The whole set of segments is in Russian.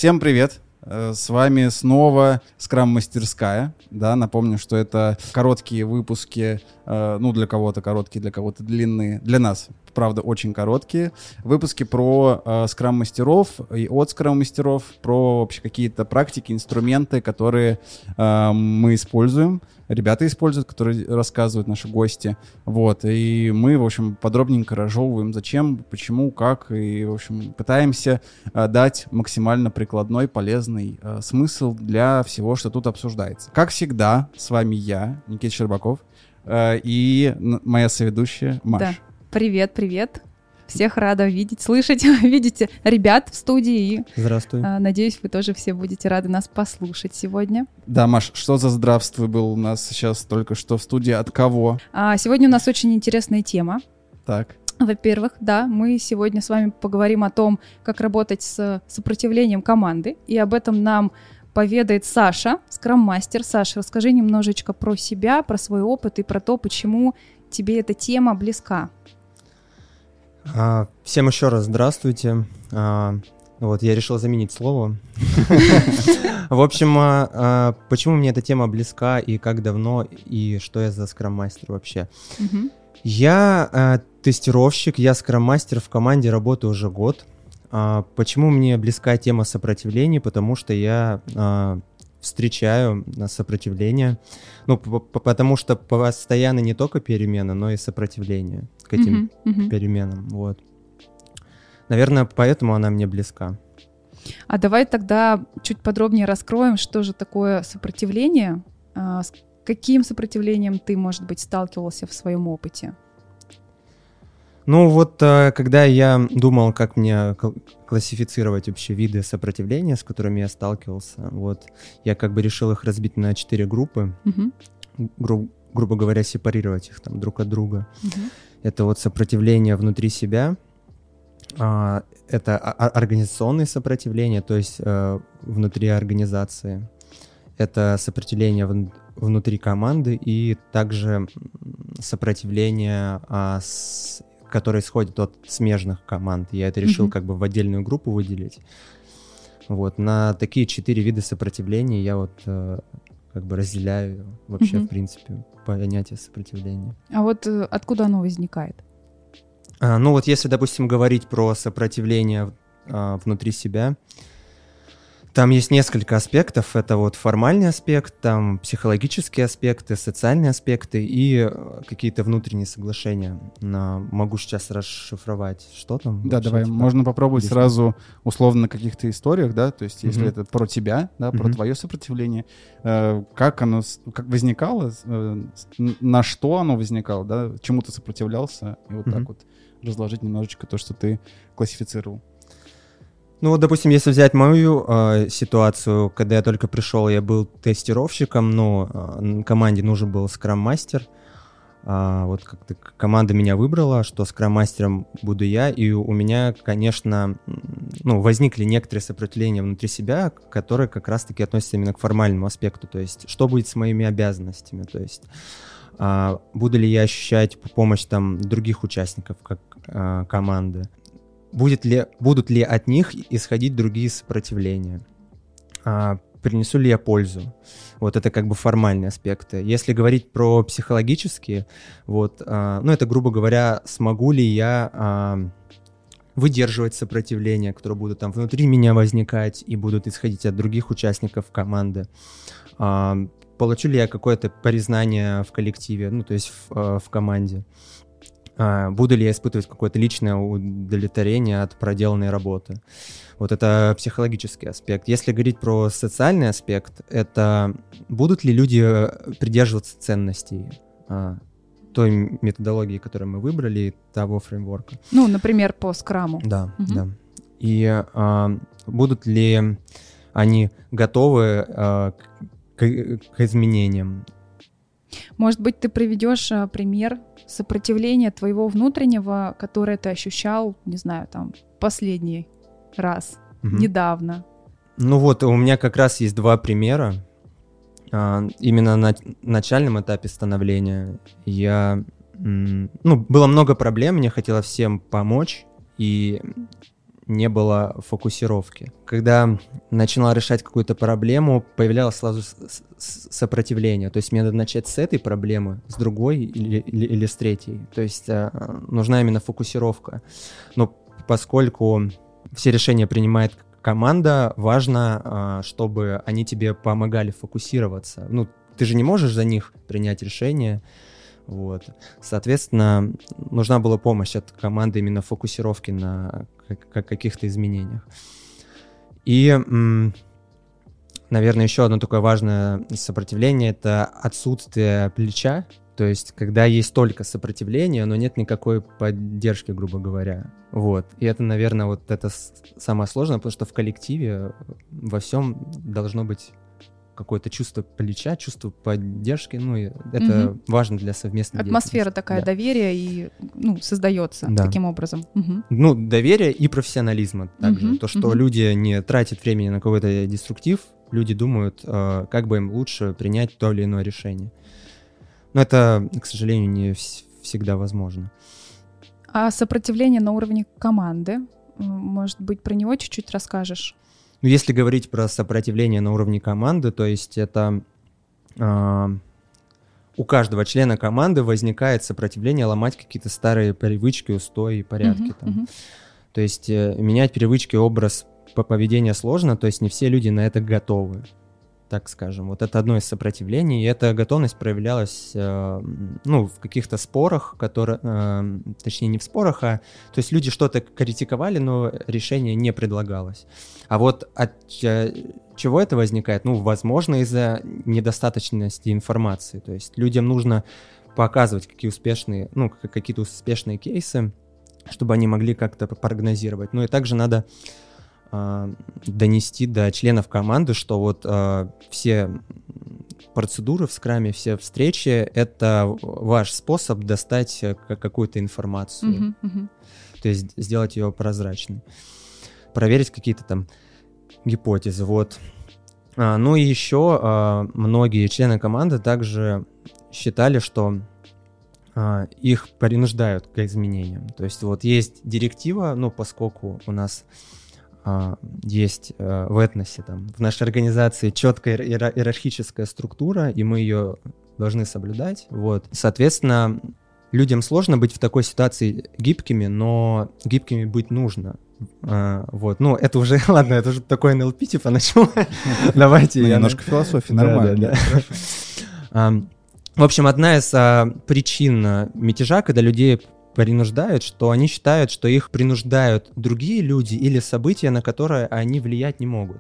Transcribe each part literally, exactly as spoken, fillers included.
Всем привет! С вами снова Скрам-мастерская. Да, напомню, что это короткие выпуски, ну, для кого-то короткие, для кого-то длинные. Для нас, правда, очень короткие. Выпуски про скрам-мастеров и от скрам-мастеров, про вообще какие-то практики, инструменты, которые мы используем, ребята используют, которые рассказывают наши гости. Вот. И мы, в общем, подробненько разжевываем, зачем, почему, как. И, в общем, пытаемся дать максимально прикладной, полезный э, смысл для всего, что тут обсуждается. Как всегда, с вами я, Никита Щербаков, э, и н- моя соведущая Маша. Да. Привет, привет. Всех рада видеть, слышать. Видите ребят в студии. И, Здравствуй. э, надеюсь, вы тоже все будете рады нас послушать сегодня. Да, Маш, что за здравствуй был у нас сейчас только что в студии? От кого? А, сегодня у нас очень интересная тема. Так. Во-первых, да, мы сегодня с вами поговорим о том, как работать с сопротивлением команды, и об этом нам поведает Саша, скрам-мастер. Саша, расскажи немножечко про себя, про свой опыт и про то, почему тебе эта тема близка. А, всем еще раз здравствуйте. А, вот, я решил заменить слово. В общем, почему мне эта тема близка и как давно, и что я за скрам-мастер вообще? Я э, тестировщик, я скрам-мастер в команде, работаю уже год. А, почему мне близка тема сопротивления? Потому что я а, встречаю сопротивление. Ну, потому что постоянно не только перемены, но и сопротивление к этим uh-huh, uh-huh. переменам. Вот. Наверное, поэтому она мне близка. А давай тогда чуть подробнее раскроем, что же такое сопротивление. С каким сопротивлением ты, может быть, сталкивался в своем опыте? Ну вот, когда я думал, как мне классифицировать вообще виды сопротивления, с которыми я сталкивался, вот, я как бы решил их разбить на четыре группы, угу. гру- грубо говоря, сепарировать их там друг от друга. Угу. Это вот сопротивление внутри себя, а, это организационное сопротивление, то есть а, внутри организации. Это сопротивление в, внутри команды и также сопротивление, а, с, которое исходит от смежных команд. Я это решил mm-hmm. как бы в отдельную группу выделить. Вот. На такие четыре вида сопротивления я вот а, как бы разделяю вообще, mm-hmm. в принципе, понятие сопротивления. А вот а, откуда оно возникает? А, ну вот если, допустим, говорить про сопротивление а, внутри себя, там есть несколько аспектов. Это вот формальный аспект, там психологические аспекты, социальные аспекты и какие-то внутренние соглашения. Могу сейчас расшифровать, что там. Да, давай, типа, можно попробовать здесь сразу условно на каких-то историях, да, то есть если mm-hmm. это про тебя, да, про mm-hmm. твое сопротивление, э, как оно как возникало, э, на что оно возникало, да, чему ты сопротивлялся, и вот mm-hmm. так вот разложить немножечко то, что ты классифицировал. Ну вот, допустим, если взять мою э, ситуацию, когда я только пришел, я был тестировщиком, но э, команде нужен был скрам-мастер. Э, вот как-то команда меня выбрала, что скрам-мастером буду я, и у меня, конечно, ну, возникли некоторые сопротивления внутри себя, которые как раз-таки относятся именно к формальному аспекту, то есть что будет с моими обязанностями, то есть э, буду ли я ощущать помощь там других участников как э, команды. Будет ли, будут ли от них исходить другие сопротивления? А, принесу ли я пользу? Вот это как бы формальные аспекты. Если говорить про психологические, вот, а, ну это, грубо говоря, смогу ли я а, выдерживать сопротивления, которые будут там внутри меня возникать и будут исходить от других участников команды? А, получу ли я какое-то признание в коллективе, ну то есть в, в команде? Uh, буду ли я испытывать какое-то личное удовлетворение от проделанной работы. Вот это психологический аспект. Если говорить про социальный аспект, это будут ли люди придерживаться ценностей uh, той методологии, которую мы выбрали, того фреймворка. Ну, например, по скраму. Да, угу. да. И uh, будут ли они готовы uh, к, к изменениям. Может быть, ты приведешь а, пример сопротивления твоего внутреннего, которое ты ощущал, не знаю, там, последний раз, угу. недавно. Ну вот, у меня как раз есть два примера. А, именно на начальном этапе становления я... М, ну, было много проблем, мне хотелось всем помочь, и не было фокусировки. Когда начинал решать какую-то проблему, появлялось сразу сопротивление. То есть мне надо начать с этой проблемы, с другой или, или, или с третьей. То есть нужна именно фокусировка. Но поскольку все решения принимает команда, важно, чтобы они тебе помогали фокусироваться. Ну, ты же не можешь за них принять решение. Вот. Соответственно, нужна была помощь от команды именно фокусировки на каких-то изменениях. И, наверное, еще одно такое важное сопротивление — это отсутствие плеча. То есть, когда есть только сопротивление, но нет никакой поддержки, грубо говоря. Вот. И это, наверное, вот это самое сложное, потому что в коллективе во всем должно быть какое-то чувство плеча, чувство поддержки, ну, и это угу. важно для совместной Атмосфера деятельности. такая да. доверия и, ну, создается да. таким образом. Угу. Ну, доверие и профессионализма также. Угу. То, что угу. люди не тратят времени на какой-то деструктив, люди думают, э, как бы им лучше принять то или иное решение. Но это, к сожалению, не вс- всегда возможно. А сопротивление на уровне команды, может быть, про него чуть-чуть расскажешь? Ну, если говорить про сопротивление на уровне команды, то есть это э, у каждого члена команды возникает сопротивление ломать какие-то старые привычки, устои и порядки. Uh-huh, там. Uh-huh. То есть э, менять привычки, образ поведения сложно, то есть не все люди на это готовы, так скажем. Вот это одно из сопротивлений, и эта готовность проявлялась э, ну, в каких-то спорах, которые, э, точнее не в спорах, а то есть люди что-то критиковали, но решение не предлагалось. А вот от э, чего это возникает? Ну, возможно, из-за недостаточности информации. То есть людям нужно показывать какие успешные, ну, какие-то успешные кейсы, чтобы они могли как-то прогнозировать. Ну и также надо э, донести до членов команды, что вот э, все процедуры в скраме, все встречи — это ваш способ достать какую-то информацию. Uh-huh, uh-huh. То есть сделать ее прозрачной. Проверить какие-то там гипотезы, вот. А, ну и еще а, многие члены команды также считали, что а, их принуждают к изменениям. То есть вот есть директива, ну поскольку у нас а, есть а, в этносе, там, в нашей организации четкая иер- иерархическая структура, и мы ее должны соблюдать, вот. Соответственно, людям сложно быть в такой ситуации гибкими, но гибкими быть нужно. А, вот, ну, это уже, ладно, это уже такой эн эл пи типа начал. Давайте. Немножко философии, нормально. В общем, одна из причин мятежа, когда людей принуждают, что они считают, что их принуждают другие люди или события, на которые они влиять не могут.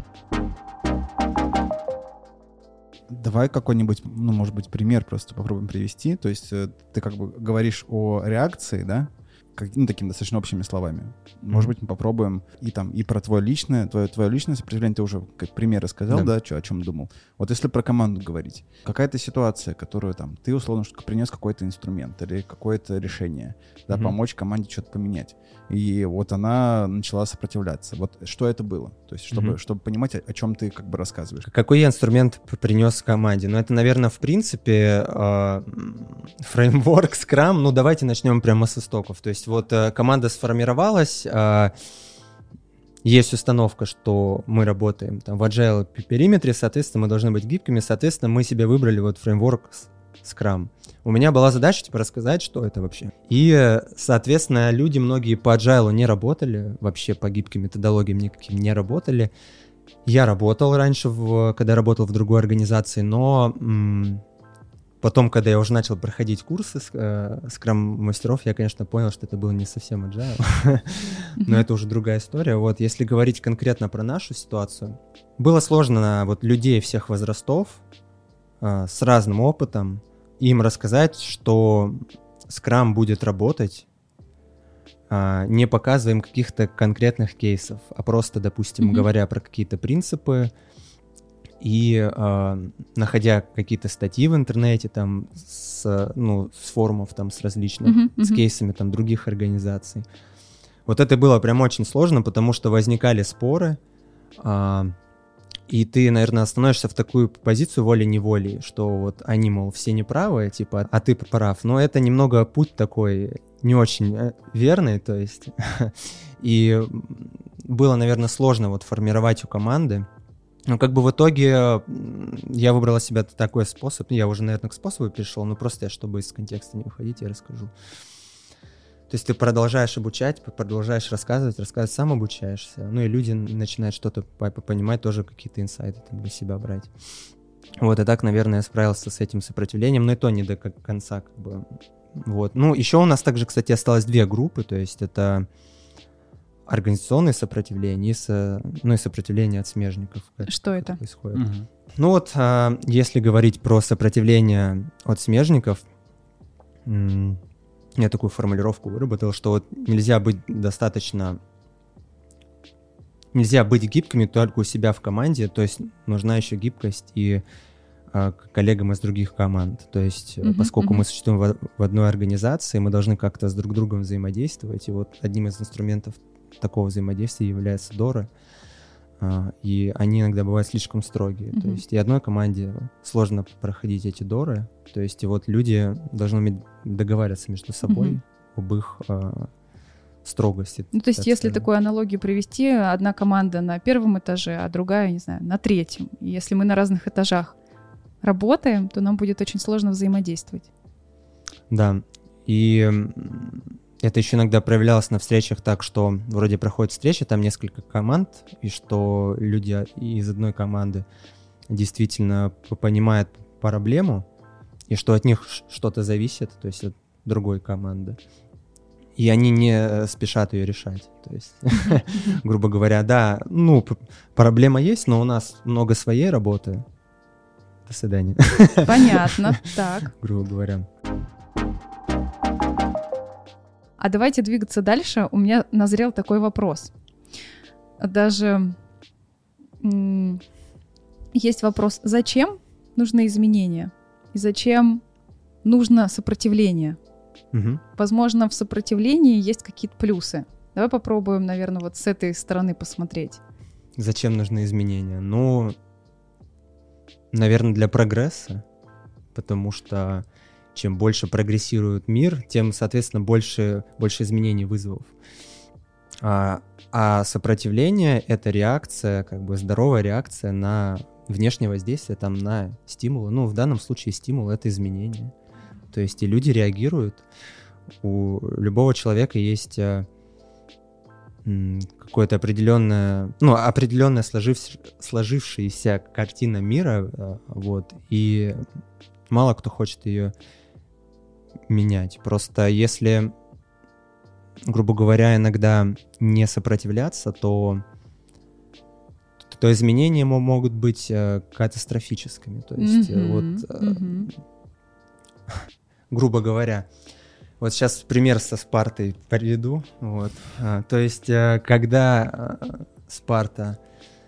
Давай какой-нибудь, ну, может быть, пример просто попробуем привести. То есть ты как бы говоришь о реакции, да? Как, ну, такими достаточно общими словами. Может быть, мы попробуем и там и про твое личное, твое, твое личное сопротивление, ты уже как примеры сказал, да, да чё, о чем думал. Вот если про команду говорить, какая-то ситуация, которую там ты условно принес какой-то инструмент или какое-то решение, да, mm-hmm. помочь команде что-то поменять. И вот она начала сопротивляться. Вот что это было? То есть, чтобы, mm-hmm. чтобы понимать, о, о чем ты как бы рассказываешь. Какой я инструмент принес команде? Ну, это, наверное, в принципе, э, фреймворк, Scrum. Ну, давайте начнем прямо с истоков. То есть вот э, команда сформировалась, э, есть установка, что мы работаем там в agile периметре, соответственно, мы должны быть гибкими, соответственно, мы себе выбрали вот фреймворк Scrum. У меня была задача типа рассказать, что это вообще. И, соответственно, люди многие по agile не работали, вообще по гибким методологиям никаким не работали. Я работал раньше, в, когда работал в другой организации, но м- потом, когда я уже начал проходить курсы скрам-мастеров, я, конечно, понял, что это был не совсем agile, но это уже другая история. Вот, если говорить конкретно про нашу ситуацию, было сложно вот людей всех возрастов э, с разным опытом им рассказать, что скрам будет работать, э, не показывая им каких-то конкретных кейсов, а просто, допустим, mm-hmm. говоря про какие-то принципы, и э, находя какие-то статьи в интернете там с, ну, с форумов там с различных, uh-huh, uh-huh. с кейсами там других организаций. Вот это было прям очень сложно, потому что возникали споры, э, и ты, наверное, становишься в такую позицию волей-неволей, что вот они, мол, все неправы, типа, а ты прав. Но это немного путь такой не очень верный, то есть, и было, наверное, сложно вот формировать у команды. Но как бы в итоге я выбрал для себя такой способ, я уже, наверное, к способу перешел, но просто я, чтобы из контекста не выходить, я расскажу. То есть ты продолжаешь обучать, продолжаешь рассказывать, рассказывать, сам обучаешься, ну и люди начинают что-то понимать, тоже какие-то инсайты там для себя брать. Вот, и так, наверное, я справился с этим сопротивлением, но и то не до конца, как бы. Вот. Ну, еще у нас также, кстати, осталось две группы, то есть это организационное сопротивление и, со, ну, и сопротивление от смежников. Что это? Происходит. Угу. Ну вот, а, если говорить про сопротивление от смежников, м- я такую формулировку выработал, что вот нельзя быть достаточно... Нельзя быть гибкими только у себя в команде, то есть нужна еще гибкость и а, к коллегам из других команд. То есть uh-huh, поскольку uh-huh. мы существуем в, в одной организации, мы должны как-то с друг другом взаимодействовать. И вот одним из инструментов такого взаимодействия является доры. А, и они иногда бывают слишком строгие. Uh-huh. То есть и одной команде сложно проходить эти доры. То есть и вот люди должны уметь договариваться между собой uh-huh. об их... А, строгости. Ну, то есть, если скажем. Такую аналогию привести, одна команда на первом этаже, а другая, не знаю, на третьем. И если мы на разных этажах работаем, то нам будет очень сложно взаимодействовать. Да, и это еще иногда проявлялось на встречах так, что вроде проходит встреча, там несколько команд, и что люди из одной команды действительно понимают проблему, и что от них что-то зависит, то есть от другой команды. И они не спешат ее решать. То есть, грубо говоря, да, ну, проблема есть, но у нас много своей работы. До свидания. Понятно, так. Грубо говоря. А давайте двигаться дальше. У меня назрел такой вопрос. Даже м- есть вопрос, зачем нужны изменения? И зачем нужно сопротивление? Угу. Возможно, в сопротивлении есть какие-то плюсы. Давай попробуем, наверное, вот с этой стороны посмотреть. Зачем нужны изменения? Ну, наверное, для прогресса, потому что чем больше прогрессирует мир, тем, соответственно, больше, больше изменений вызовов. А, а сопротивление — это реакция, как бы здоровая реакция на внешнее воздействие, там, на стимулы. Ну, в данном случае стимул — это изменение. То есть и люди реагируют. У любого человека есть а, м, какое-то определенное, ну, определенная сложив, сложившаяся картина мира, а, вот, и мало кто хочет ее менять. Просто если, грубо говоря, иногда не сопротивляться, то, то изменения могут быть а, катастрофическими. То есть mm-hmm. вот... А, mm-hmm. грубо говоря. Вот сейчас пример со Спартой приведу. Вот. А, то есть, а, когда а, Спарта,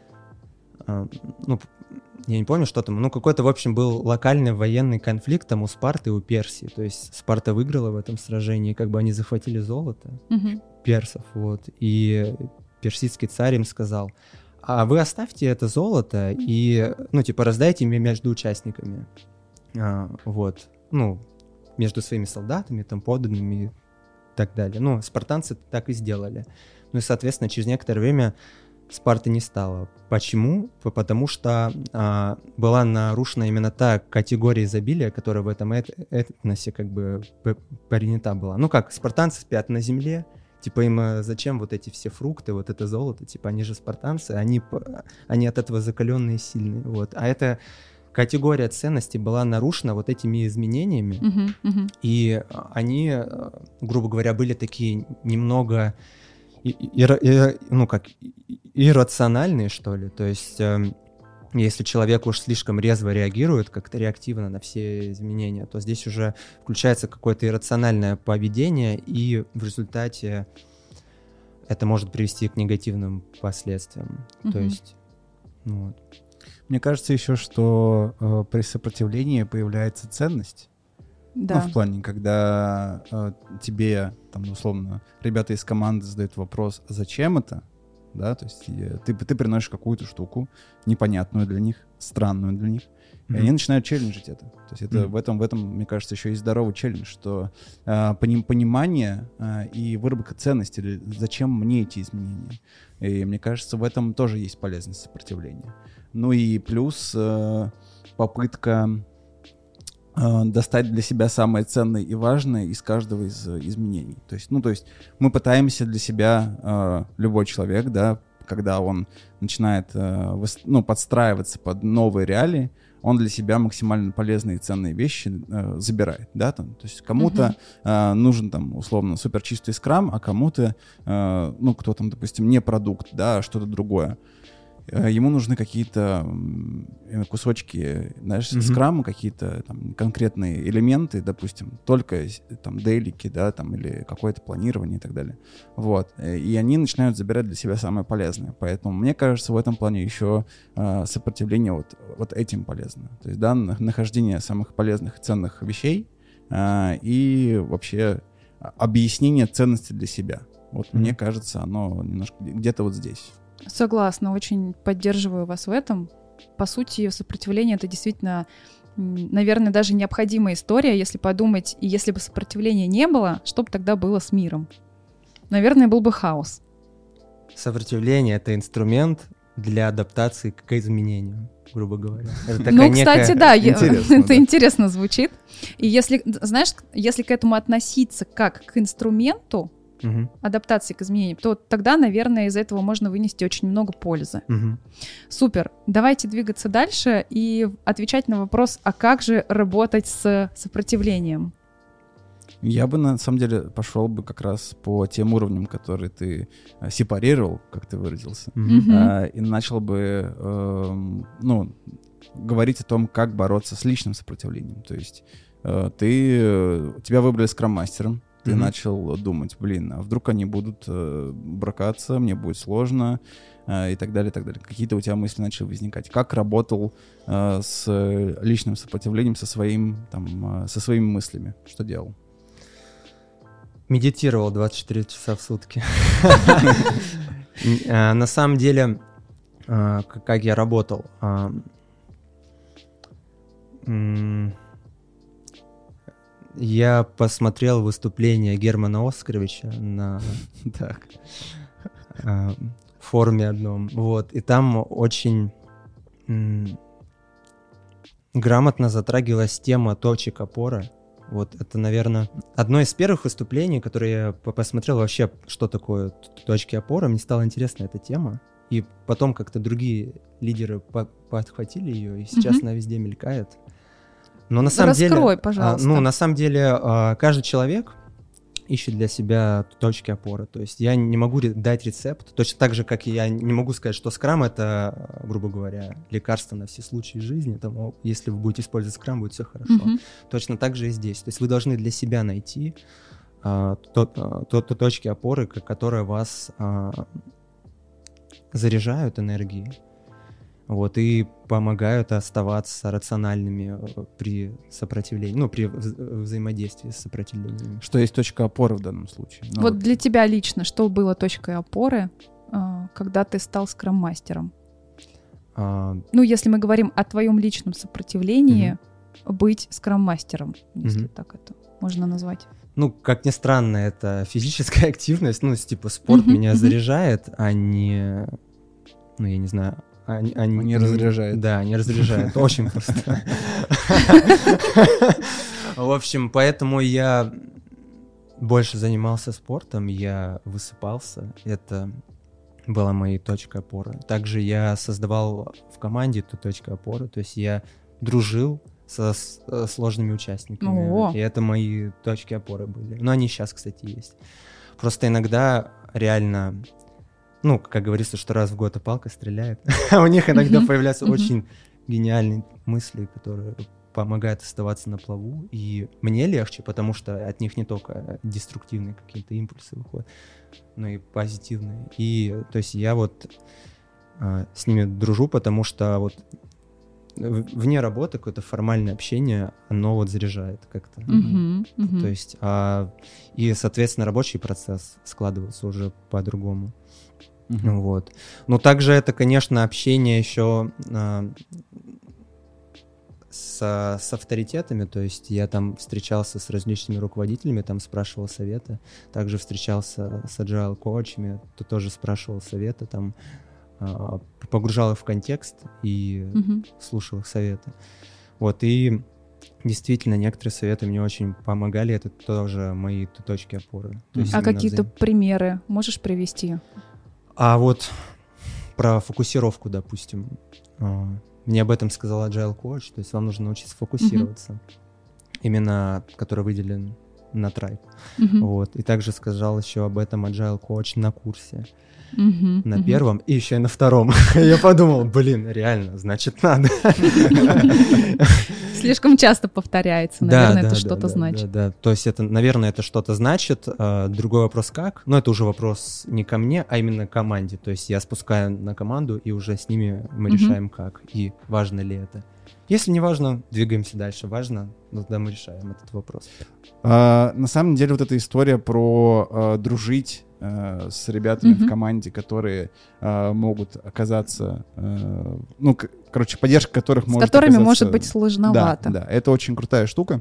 а, ну, я не помню, что там, ну, какой-то, в общем, был локальный военный конфликт там у Спарты и у Персии. То есть Спарта выиграла в этом сражении, как бы они захватили золото mm-hmm. персов, вот. И персидский царь им сказал: а вы оставьте это золото и, ну, типа, раздайте между участниками. А, вот. Ну, между своими солдатами, там, подданными и так далее. Ну, спартанцы так и сделали. Ну и, соответственно, через некоторое время Спарты не стало. Почему? Потому что а, была нарушена именно та категория изобилия, которая в этом эт- этносе как бы принята была. Ну как, спартанцы спят на земле, типа им зачем вот эти все фрукты, вот это золото, типа они же спартанцы, они, они от этого закаленные и сильные. Вот. А это... Категория ценностей была нарушена вот этими изменениями, uh-huh, uh-huh. и они, грубо говоря, были такие немного, и, и, и, ну как, иррациональные, что ли. То есть, э, если человек уж слишком резво реагирует, как-то реактивно на все изменения, то здесь уже включается какое-то иррациональное поведение, и в результате это может привести к негативным последствиям. Uh-huh. То есть, ну вот. Мне кажется еще, что э, при сопротивлении появляется ценность. Да. Ну, в плане, когда э, тебе, там, условно, ребята из команды задают вопрос, зачем это, да, то есть ты, ты приносишь какую-то штуку непонятную для них, странную для них, и mm-hmm. они начинают челленджить это. То есть это mm-hmm. в, этом, в этом, мне кажется, еще и здоровый челлендж, что э, поним, понимание э, и выработка ценностей, зачем мне эти изменения. И мне кажется, в этом тоже есть полезность сопротивления. Ну и плюс э, попытка э, достать для себя самое ценное и важное из каждого из э, изменений. То есть, ну, то есть мы пытаемся для себя, э, любой человек, да, когда он начинает э, вос, ну, подстраиваться под новые реалии, он для себя максимально полезные и ценные вещи э, забирает, да, там, то есть кому-то uh-huh. э, нужен там условно суперчистый скрам, а кому-то, э, ну, кто там, допустим, не продукт, да, а что-то другое. Э, ему нужны какие-то э, кусочки, знаешь, uh-huh. скрама, какие-то там конкретные элементы, допустим, только там дейлики, да, там, или какое-то планирование и так далее. Вот. И они начинают забирать для себя самое полезное. Поэтому, мне кажется, в этом плане еще э, сопротивление вот, вот этим полезно. То есть, да, нахождение самых полезных и ценных вещей э, и вообще объяснение ценности для себя. Вот, mm-hmm. мне кажется, оно немножко где-то вот здесь. Согласна, очень поддерживаю вас в этом. По сути, сопротивление — это действительно, наверное, даже необходимая история, если подумать, и если бы сопротивления не было, что бы тогда было с миром? Наверное, был бы хаос. Сопротивление — это инструмент для адаптации к изменениям, грубо говоря. Это ну, кстати, некая... да, интересно, это да. интересно звучит. И если, знаешь, если к этому относиться как к инструменту, Uh-huh. адаптации к изменениям, то тогда, наверное, из этого можно вынести очень много пользы. Uh-huh. Супер. Давайте двигаться дальше и отвечать на вопрос, а как же работать с сопротивлением? Я бы, на самом деле, пошел бы как раз по тем уровням, которые ты э, сепарировал, как ты выразился, uh-huh. э, и начал бы, э, ну, говорить о том, как бороться с личным сопротивлением. То есть э, ты, э, тебя выбрали скрам-мастером, ты mm-hmm. начал думать, блин, а вдруг они будут э, бракаться, мне будет сложно, э, и так далее, и так далее. Какие-то у тебя мысли начали возникать. Как работал э, с личным сопротивлением, со, своим, там, э, со своими мыслями? Что делал? Медитировал двадцать четыре часа в сутки. На самом деле, как я работал... Я посмотрел выступление Германа Оскаровича на так, э, форуме одном, вот, и там очень м- грамотно затрагивалась тема точек опоры. Вот это, наверное, одно из первых выступлений, которые я посмотрел вообще, что такое точки опоры. Мне стала интересна эта тема, и потом как-то другие лидеры по- подхватили ее, и сейчас mm-hmm. она везде мелькает. Но на самом Раскрой, деле, пожалуйста. А, ну, на самом деле, а, каждый человек ищет для себя точки опоры. То есть я не могу ре- дать рецепт, точно так же, как и я не могу сказать, что скрам — это, грубо говоря, лекарство на все случаи жизни. Там, если вы будете использовать скрам, будет все хорошо. Mm-hmm. Точно так же и здесь. То есть вы должны для себя найти а, то, а, то, то точки опоры, которые вас а, заряжают энергией. Вот, и помогают оставаться рациональными при сопротивлении, ну, при вза- взаимодействии с сопротивлением. Что есть точка опоры в данном случае? Ну, вот, вот для тебя лично, что было точкой опоры, когда ты стал скрам-мастером? А... Ну, если мы говорим о твоем личном сопротивлении, угу. быть скрам-мастером, если угу. так это можно назвать. Ну, как ни странно, это физическая активность, ну, типа спорт угу, меня угу. заряжает, а не, ну, я не знаю... Они, они не разряжают. Да, не разряжают. Очень просто. В общем, поэтому я больше занимался спортом, я высыпался. Это была моей точкой опоры. Также я создавал в команде эту точку опоры. То есть я дружил со сложными участниками. О. И это мои точки опоры были. Но они сейчас, кстати, есть. Просто иногда реально... Ну, как говорится, что раз в год опалка стреляет. У них иногда появляются очень гениальные мысли, которые помогают оставаться на плаву. И мне легче, потому что от них не только деструктивные какие-то импульсы выходят, но и позитивные. И, то есть, я вот а, с ними дружу, потому что вот вне работы какое-то формальное общение, оно вот заряжает как-то. Uh-huh, uh-huh. То есть, а, и, соответственно, рабочий процесс складывается уже по-другому. Мгм. Вот. Но также это, конечно, общение еще а, с, с авторитетами, то есть я там встречался с различными руководителями, там спрашивал совета, также встречался с agile коучами, то тоже спрашивал совета, там а, погружал их в контекст и Мгм. слушал их советы. Вот, и действительно, некоторые советы мне очень помогали, это тоже мои т- точки опоры. То есть А именно какие-то взаим- примеры можешь привести? А вот про фокусировку, допустим, а, мне об этом сказал agile коуч, то есть вам нужно научиться фокусироваться, именно который выделен на Tribe. Мгм. Вот. И также сказал еще об этом agile коуч на курсе, Мгм. на Мгм. первом и еще и на втором. Я подумал, блин, реально, значит, надо. Слишком часто повторяется, Да, наверное, да, это да, что-то да, значит. Да, да. То есть это, наверное, это что-то значит. А, другой вопрос как. Но это уже вопрос не ко мне, а именно к команде. То есть я спускаю на команду, и уже с ними мы Мгм. решаем как. И важно ли это. Если не важно, двигаемся дальше. Важно, ну, тогда мы решаем этот вопрос. А, на самом деле вот эта история про а, дружить а, с ребятами Мгм. в команде, которые а, могут оказаться, а, ну, к- короче, поддержка которых С может которыми оказаться- может быть сложновато. Да, да, это очень крутая штука.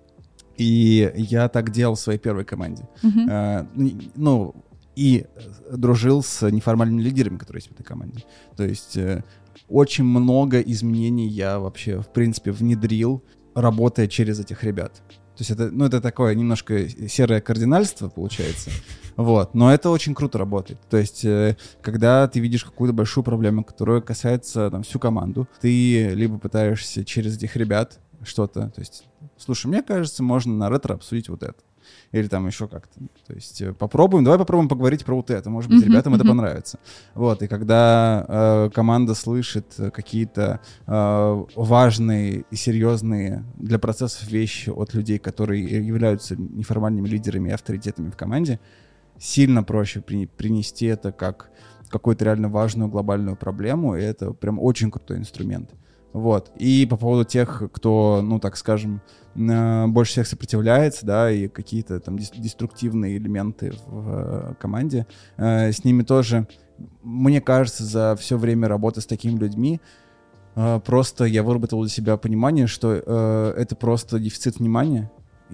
И я так делал в своей первой команде. Мгм. А, н- ну, и э, дружил с неформальными лидерами, которые есть в этой команде. То есть э, очень много изменений я вообще, в принципе, внедрил, работая через этих ребят. То есть это, ну, это такое немножко серое кардинальство, получается. Вот. Но это очень круто работает. То есть, э, когда ты видишь какую-то большую проблему, которая касается там, всю команду, ты либо пытаешься через этих ребят что-то, то есть, слушай, мне кажется, можно на ретро обсудить вот это. Или там еще как-то. То есть э, попробуем, давай попробуем поговорить про вот это. Может быть, Мгм, ребятам это мгм. понравится. Вот, и когда э, команда слышит э, какие-то э, важные и серьезные для процессов вещи от людей, которые являются неформальными лидерами и авторитетами в команде, сильно проще при- принести это как какую-то реально важную глобальную проблему, и это прям очень крутой инструмент. Вот. И по поводу тех, кто, ну, так скажем, э, больше всех сопротивляется, да, и какие-то там дес- деструктивные элементы в э, команде, э, с ними тоже, мне кажется, за все время работы с такими людьми э, просто я выработал для себя понимание, что э, это просто дефицит внимания,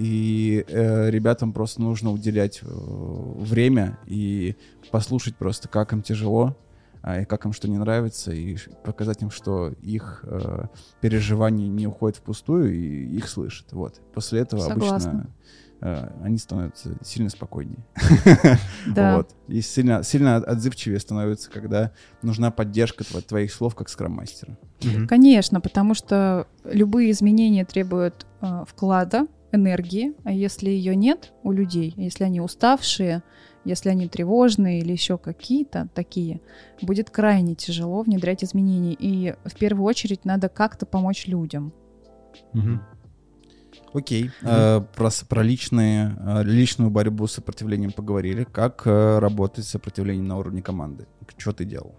и э, ребятам просто нужно уделять э, время и послушать просто, как им тяжело, а, и как им что не нравится, и ш- показать им, что их э, переживания не уходят впустую, и их слышат. Вот. После этого Согласна. обычно э, они становятся сильно спокойнее. Да. Вот. И сильно, сильно отзывчивее становятся, когда нужна поддержка тво- твоих слов как скрам-мастера. Мгм. Конечно, потому что любые изменения требуют э, вклада, энергии, а если ее нет у людей, если они уставшие, если они тревожные или еще какие-то такие, будет крайне тяжело внедрять изменения. И в первую очередь надо как-то помочь людям. Мгм. Окей. Э, про, с- про личные, э, личную борьбу с сопротивлением поговорили. Как э, работать с сопротивлением на уровне команды? Что ты делал?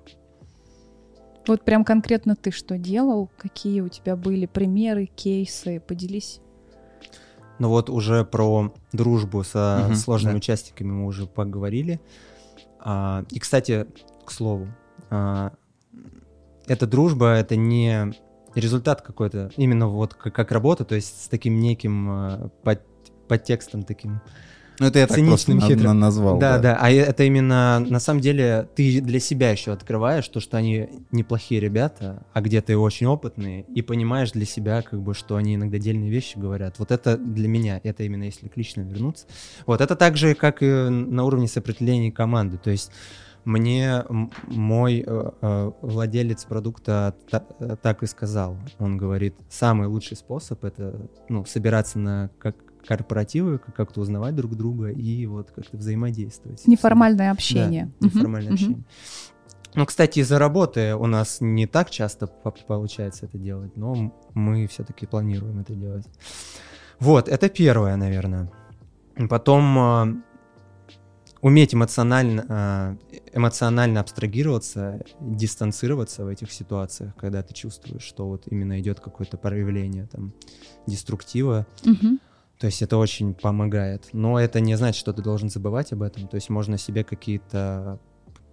Вот прям конкретно ты что делал? Какие у тебя были примеры, кейсы? Поделись. Ну вот уже про дружбу со Мгм, сложными да. участниками мы уже поговорили. А, и, кстати, к слову, а, эта дружба — это не результат какой-то, именно вот как, как работа, то есть с таким неким а, под, подтекстом таким. Ну, это я так просто Циничным, на- хитрым. на- назвал. Да, да, а э- это именно, на самом деле, ты для себя еще открываешь то, что они неплохие ребята, а где-то и очень опытные, и понимаешь для себя, как бы, что они иногда дельные вещи говорят. Вот это для меня, это именно если к личному вернуться. Вот это так же, как и на уровне сопротивления команды. То есть мне м- мой э, э, владелец продукта та- э, так и сказал. Он говорит, самый лучший способ — это, ну, собираться на как корпоративы, как- как-то узнавать друг друга и вот как-то взаимодействовать. Неформальное общение. Да, Мгм, неформальное мгм. общение. Ну, кстати, из-за работы у нас не так часто по- получается это делать, но м- мы все-таки планируем это делать. Вот, это первое, наверное. Потом а, уметь эмоционально, а, эмоционально абстрагироваться, дистанцироваться в этих ситуациях, когда ты чувствуешь, что вот именно идет какое-то проявление там деструктива. Мгм. То есть это очень помогает. Но это не значит, что ты должен забывать об этом. То есть можно себе какие-то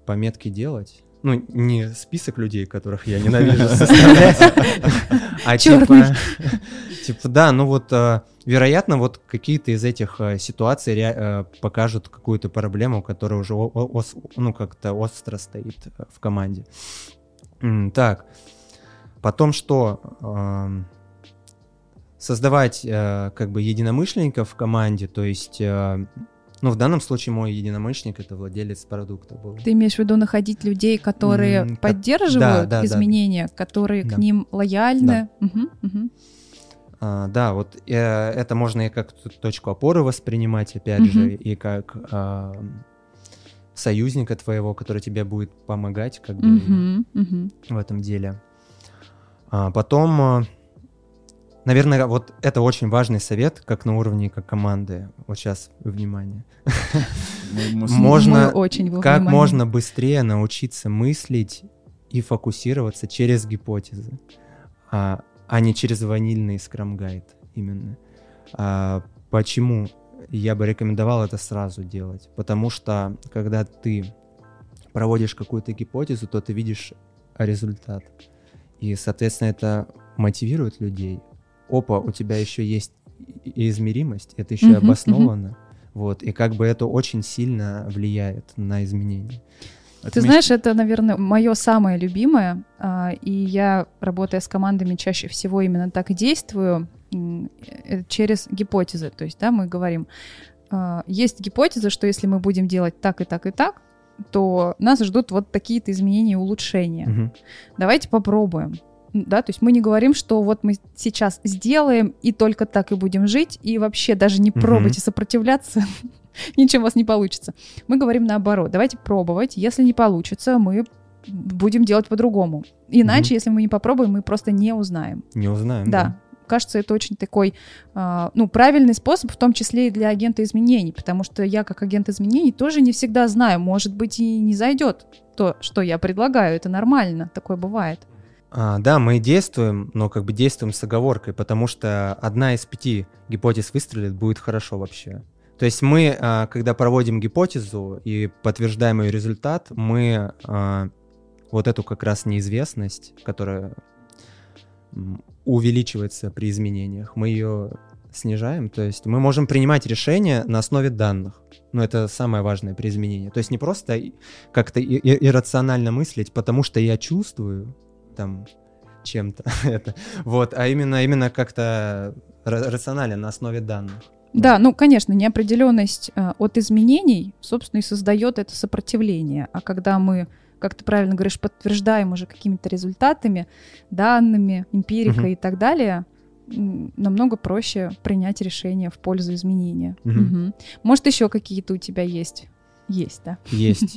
пометки делать. Ну, не список людей, которых я ненавижу составлять, а типа, типа, да, ну вот, вероятно, вот какие-то из этих ситуаций покажут какую-то проблему, которая уже, ну, как-то остро стоит в команде. Так, потом что? Создавать как бы единомышленников в команде, то есть... Ну, в данном случае мой единомышленник — это владелец продукта был. Ты имеешь в виду находить людей, которые mm, поддерживают да, да, изменения, да. которые да. к ним лояльны? Да, угу, угу. А, да вот э, это можно и как точку опоры воспринимать, опять угу. же, и как э, союзника твоего, который тебе будет помогать как бы угу, угу. в этом деле. А потом... Наверное, вот это очень важный совет, как на уровне, как команды. Вот сейчас, внимание. Можно как можно быстрее научиться мыслить и фокусироваться через гипотезы, а, а не через ванильный скрам-гайд именно. А, почему я бы рекомендовал это сразу делать? Потому что, когда ты проводишь какую-то гипотезу, то ты видишь результат. И, соответственно, это мотивирует людей. Опа, у тебя еще есть и измеримость, это еще uh-huh, обосновано, uh-huh. вот, и как бы это очень сильно влияет на изменения. Ты это знаешь, мест... это, наверное, мое самое любимое, и я, работая с командами, чаще всего именно так и действую, через гипотезы, то есть, да, мы говорим, есть гипотеза, что если мы будем делать так и так и так, то нас ждут вот такие-то изменения и улучшения. Uh-huh. Давайте попробуем. Да, то есть мы не говорим, что вот мы сейчас сделаем и только так и будем жить, и вообще даже не пробуйте mm-hmm. сопротивляться, ничего у вас не получится. Мы говорим наоборот, давайте пробовать, если не получится, мы будем делать по-другому. Иначе, mm-hmm. если мы не попробуем, мы просто не узнаем. Не узнаем, да. да. Кажется, это очень такой, э, ну, правильный способ, в том числе и для агента изменений, потому что я как агент изменений тоже не всегда знаю, может быть, и не зайдет то, что я предлагаю, это нормально, такое бывает. А, да, мы действуем, но как бы действуем с оговоркой, потому что одна из пяти гипотез выстрелит, будет хорошо вообще. То есть мы, а, когда проводим гипотезу и подтверждаем ее результат, мы а, вот эту как раз неизвестность, которая увеличивается при изменениях, мы ее снижаем. То есть мы можем принимать решения на основе данных. Но это самое важное при изменении. То есть не просто как-то и- и- иррационально мыслить, потому что я чувствую, там чем-то это, вот, а именно, именно как-то рационально на основе данных. Да, ну, конечно, неопределенность э, от изменений, собственно, и создает это сопротивление. А когда мы, как ты правильно говоришь, подтверждаем уже какими-то результатами, данными, эмпирикой uh-huh. и так далее, м- намного проще принять решение в пользу изменения. Uh-huh. Угу. Может, еще какие-то у тебя есть? Есть, да? Есть.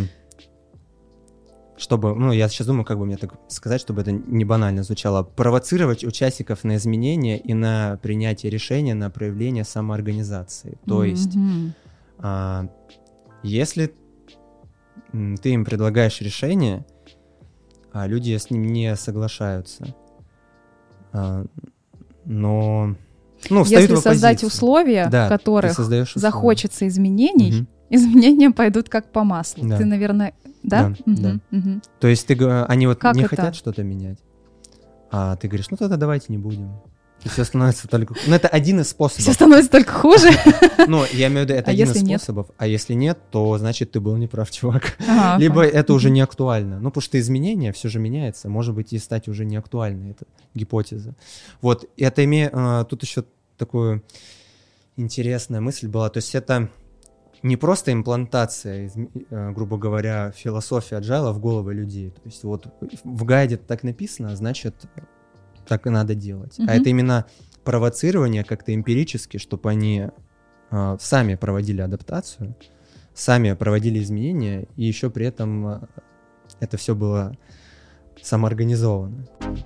Чтобы, ну, я сейчас думаю, как бы мне так сказать, чтобы это не банально звучало, провоцировать участников на изменения и на принятие решения, на проявление самоорганизации. То mm-hmm. есть, а, если ты им предлагаешь решение, а люди с ним не соглашаются, а, но... Ну, если создать условия, да, в которых захочется изменений, угу. изменения пойдут как по маслу. Да. Ты, наверное, да? Да, угу, да. Угу. То есть ты, они вот как не это? хотят что-то менять, а ты говоришь, ну тогда давайте не будем. И все становится только... Ну, это один из способов. Все становится только хуже. Ну, я имею в виду, это а один из способов. Нет? А если нет, то значит ты был неправ, чувак. Ага, Либо ага. это уже не актуально. Ну, потому что изменения, все же меняется. Может быть, и стать уже не актуальной. Это гипотеза. Вот, это имеет... А, тут еще такую интересная мысль была. То есть это не просто имплантация, грубо говоря, философии agile в головы людей. То есть вот в гайде так написано, значит... так и надо делать. Uh-huh. А это именно провоцирование как-то эмпирически, чтобы они э, сами проводили адаптацию, сами проводили изменения, и еще при этом э, это все было самоорганизовано.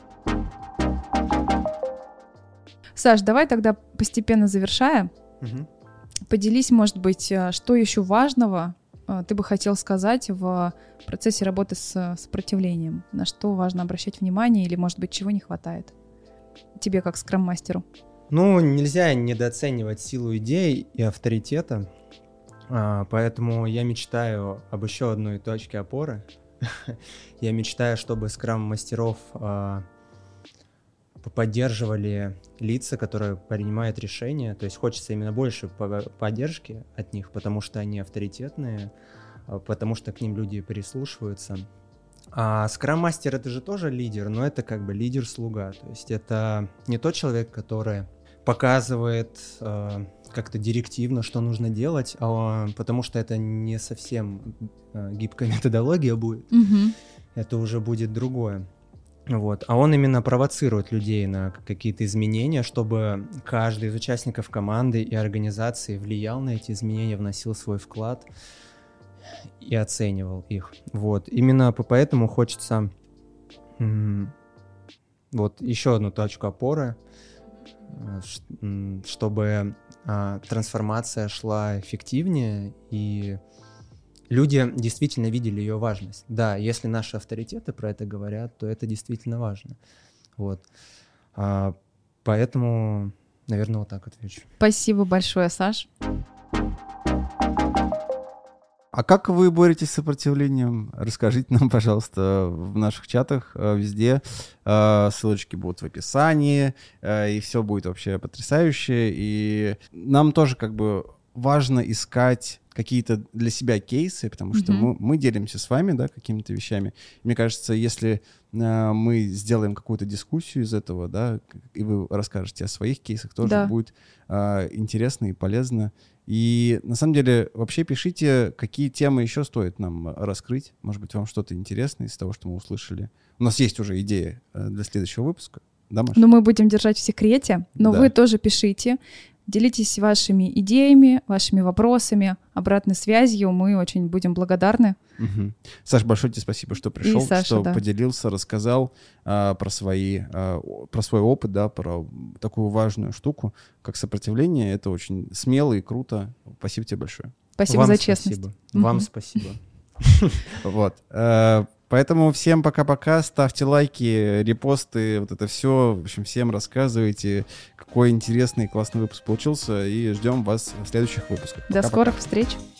Саш, давай тогда постепенно завершая. Uh-huh. Поделись, может быть, что еще важного э, ты бы хотел сказать в процессе работы с сопротивлением? На что важно обращать внимание или, может быть, чего не хватает тебе как скрам-мастеру? Ну, нельзя недооценивать силу идей и авторитета. А, поэтому я мечтаю об еще одной точке опоры. Я мечтаю, чтобы скрам-мастеров а, поддерживали лица, которые принимают решения. То есть хочется именно больше поддержки от них, потому что они авторитетные, потому что к ним люди прислушиваются. А скрам-мастер — это же тоже лидер, но это как бы лидер-слуга. То есть это не тот человек, который показывает э, как-то директивно, что нужно делать, а, потому что это не совсем э, гибкая методология будет. Мгм. Это уже будет другое. Вот. А он именно провоцирует людей на какие-то изменения, чтобы каждый из участников команды и организации влиял на эти изменения, вносил свой вклад и оценивал их. Вот. Именно по- поэтому хочется м, вот еще одну точку опоры, э, ш- м, чтобы а, трансформация шла эффективнее и люди действительно видели ее важность. Да, если наши авторитеты про это говорят, то это действительно важно. Вот. А, поэтому, наверное, вот так отвечу. Спасибо большое, Саш. А как вы боретесь с сопротивлением? Расскажите нам, пожалуйста, в наших чатах, э, везде. Э, Ссылочки будут в описании, э, и все будет вообще потрясающе. И нам тоже как бы важно искать какие-то для себя кейсы, потому что Мгм. мы, мы делимся с вами, да, какими-то вещами. Мне кажется, если э, мы сделаем какую-то дискуссию из этого, да, к- и вы расскажете о своих кейсах, тоже Да. будет э, интересно и полезно. И на самом деле вообще пишите, какие темы еще стоит нам э, раскрыть. Может быть, вам что-то интересное из того, что мы услышали. У нас есть уже идеи э, для следующего выпуска. Да, Маша? Но мы будем держать в секрете, но Да. вы тоже пишите. Делитесь вашими идеями, вашими вопросами, обратной связью. Мы очень будем благодарны. Мгм. Саш, большое тебе спасибо, что пришел, Саша, что да. поделился, рассказал а, про свои, а, о- про свой опыт, да, про такую важную штуку, как сопротивление. Это очень смело и круто. Спасибо тебе большое. Спасибо Вам за честность. спасибо. Вам Мгм. спасибо. Вот. Э, Поэтому всем пока-пока, ставьте лайки, репосты, вот это все. В общем, всем рассказывайте, какой интересный и классный выпуск получился. И ждем вас в следующих выпусках. До Пока-пока. скорых встреч.